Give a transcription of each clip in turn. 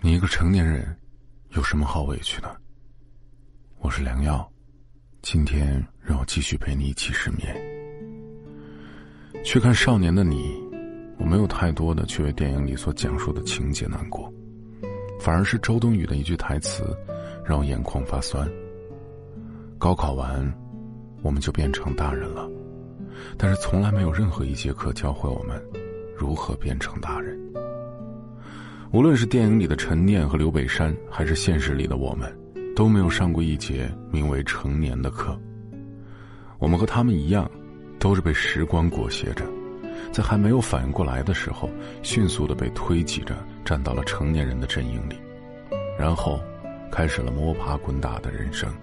你一个成年人，有什么好委屈的？我是良药，今天让我继续陪你一起失眠。去看《少年的你》，我没有太多的去为电影里所讲述的情节难过，反而是周冬雨的一句台词让我眼眶发酸。高考完，我们就变成大人了，但是从来没有任何一节课教会我们如何变成大人。无论是电影里的陈念和刘北山，还是现实里的我们，都没有上过一节名为成年的课。我们和他们一样，都是被时光裹挟着，在还没有反应过来的时候，迅速地被推挤着站到了成年人的阵营里，然后开始了摸爬滚打的人生。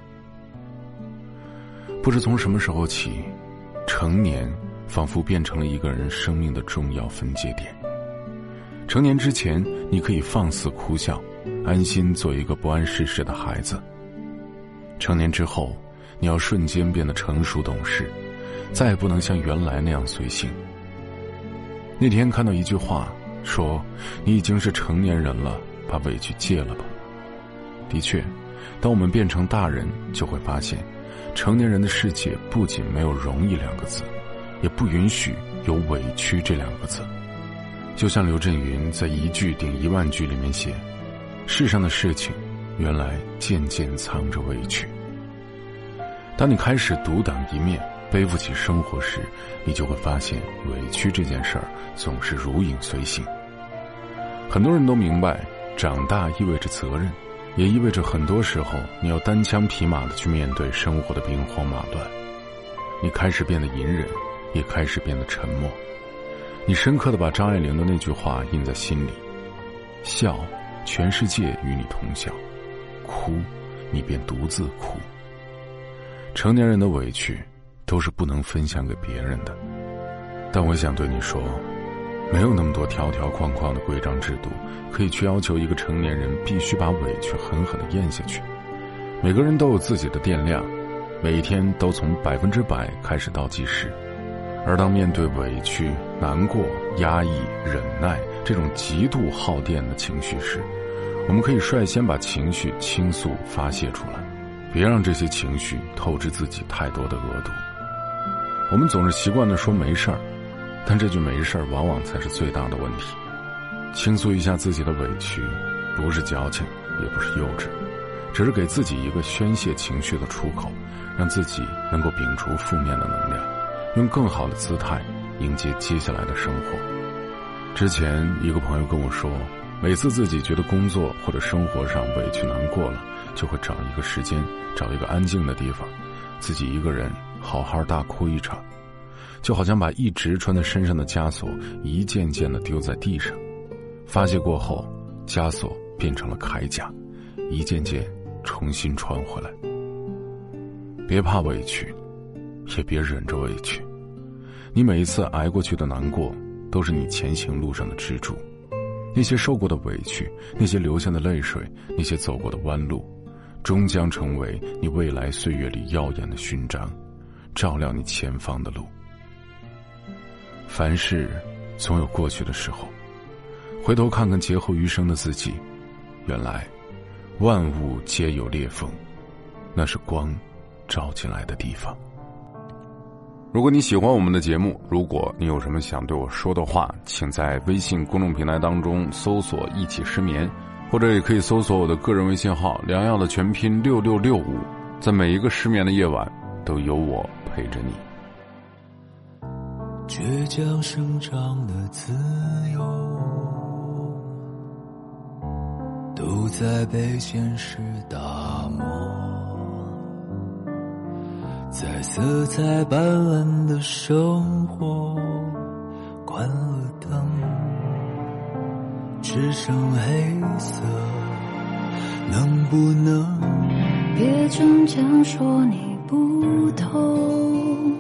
不知从什么时候起，成年仿佛变成了一个人生命的重要分界点。成年之前，你可以放肆哭笑，安心做一个不谙世事的孩子。成年之后，你要瞬间变得成熟懂事，再也不能像原来那样随性。那天看到一句话，说你已经是成年人了，把委屈戒了吧。的确，当我们变成大人，就会发现成年人的世界不仅没有容易两个字，也不允许有委屈这两个字。就像刘震云在1句顶1万句里面写，世上的事情原来渐渐藏着委屈。当你开始独当一面，背负起生活时，你就会发现委屈这件事儿总是如影随形。很多人都明白，长大意味着责任，也意味着很多时候你要单枪匹马地去面对生活的兵荒马乱。你开始变得隐忍，也开始变得沉默。你深刻地把张爱玲的那句话印在心里：笑，全世界与你同笑；哭，你便独自哭。成年人的委屈都是不能分享给别人的，但我想对你说，没有那么多条条框框的规章制度可以去要求一个成年人必须把委屈狠狠地咽下去。每个人都有自己的电量，每一天都从100%开始倒计时。而当面对委屈、难过、压抑、忍耐这种极度耗电的情绪时，我们可以率先把情绪倾诉发泄出来，别让这些情绪透支自己太多的额度。我们总是习惯地说没事儿，但这句没事儿往往才是最大的问题。倾诉一下自己的委屈，不是矫情，也不是幼稚，只是给自己一个宣泄情绪的出口，让自己能够摒除负面的能量，用更好的姿态迎接接下来的生活。之前一个朋友跟我说，每次自己觉得工作或者生活上委屈难过了，就会找一个时间，找一个安静的地方，自己一个人好好大哭一场，就好像把一直穿在身上的枷锁一件件地丢在地上，发泄过后，枷锁变成了铠甲，一件件重新穿回来。别怕委屈，也别忍着委屈，你每一次挨过去的难过，都是你前行路上的支柱。那些受过的委屈，那些流下的泪水，那些走过的弯路，终将成为你未来岁月里耀眼的勋章，照亮你前方的路。凡事总有过去的时候，回头看看劫后余生的自己，原来万物皆有裂缝，那是光照进来的地方。如果你喜欢我们的节目，如果你有什么想对我说的话，请在微信公众平台当中搜索一起失眠，或者也可以搜索我的个人微信号良药的全拼6665，在每一个失眠的夜晚都有我陪着你。 倔强生长的自由都在被现实打磨，在色彩斑斓的生活，关了灯，只剩黑色，能不能别逞强说你不懂，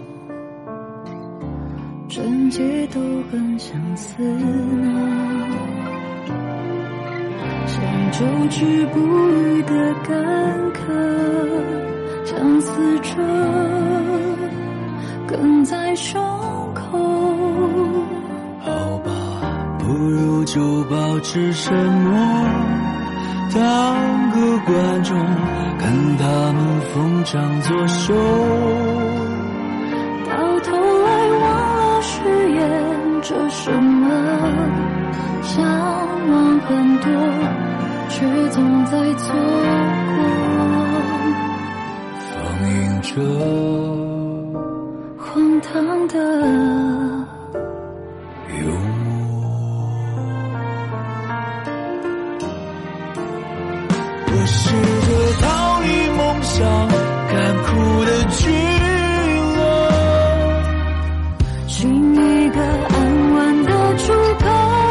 整洁都更相似呢，像久治不愈的干渴，相思着梗在胸口。 好吧，不如就保持沉默， 当个观众，看他们逢场作秀， 到头来忘了誓言着什么，向往很多，却总在错过， 放映着荒唐的幽默。我试着逃离梦想干枯的聚落， 寻一个安稳的出口，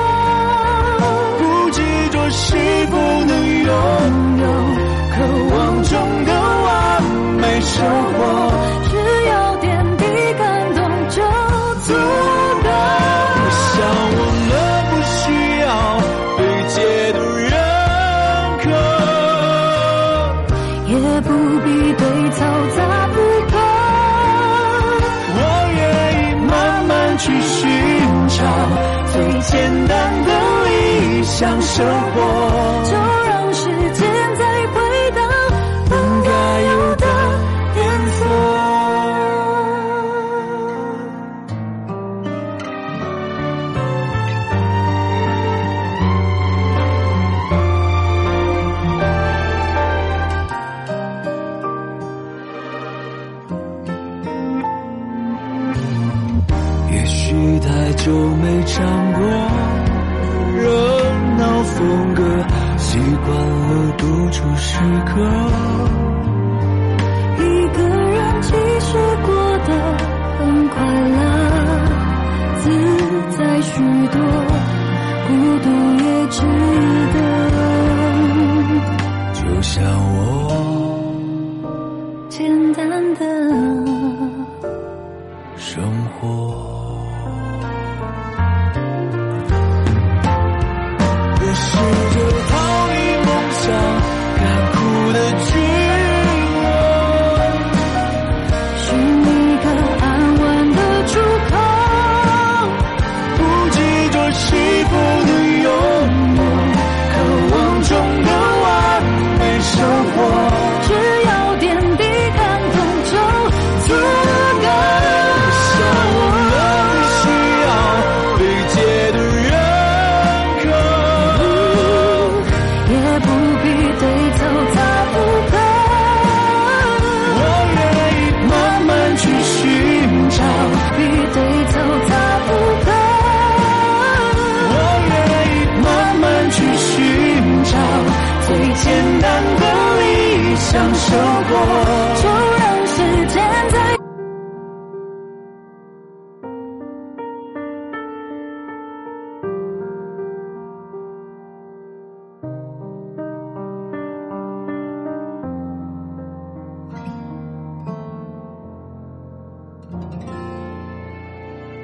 不执着是否能拥有渴望中的完美生活， 只要点滴感动就足够。 我想我们不需要被解读认可， 也不必对嘈杂不可， 我愿意慢慢去寻找最简单的理想生活， 就让时间再回到本该有的颜色。 也许太久没唱过热闹风格，习惯了独处时刻， 一个人其实过得很快乐，自在许多，孤独也值得， 就像我简单的生活。我试着逃离梦想干枯的聚落， 寻一个安稳的出口， 不执着是否能拥有渴望中的完美生活， 只要点滴感动就足够。 像我们不需要被解读认可， 也不必对嘈杂不可， 我愿意慢慢去寻找， 必对嘈杂不可， 我愿意慢慢去寻找最简单的理想生活， 就让时间在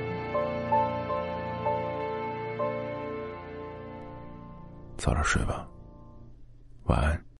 早点睡吧。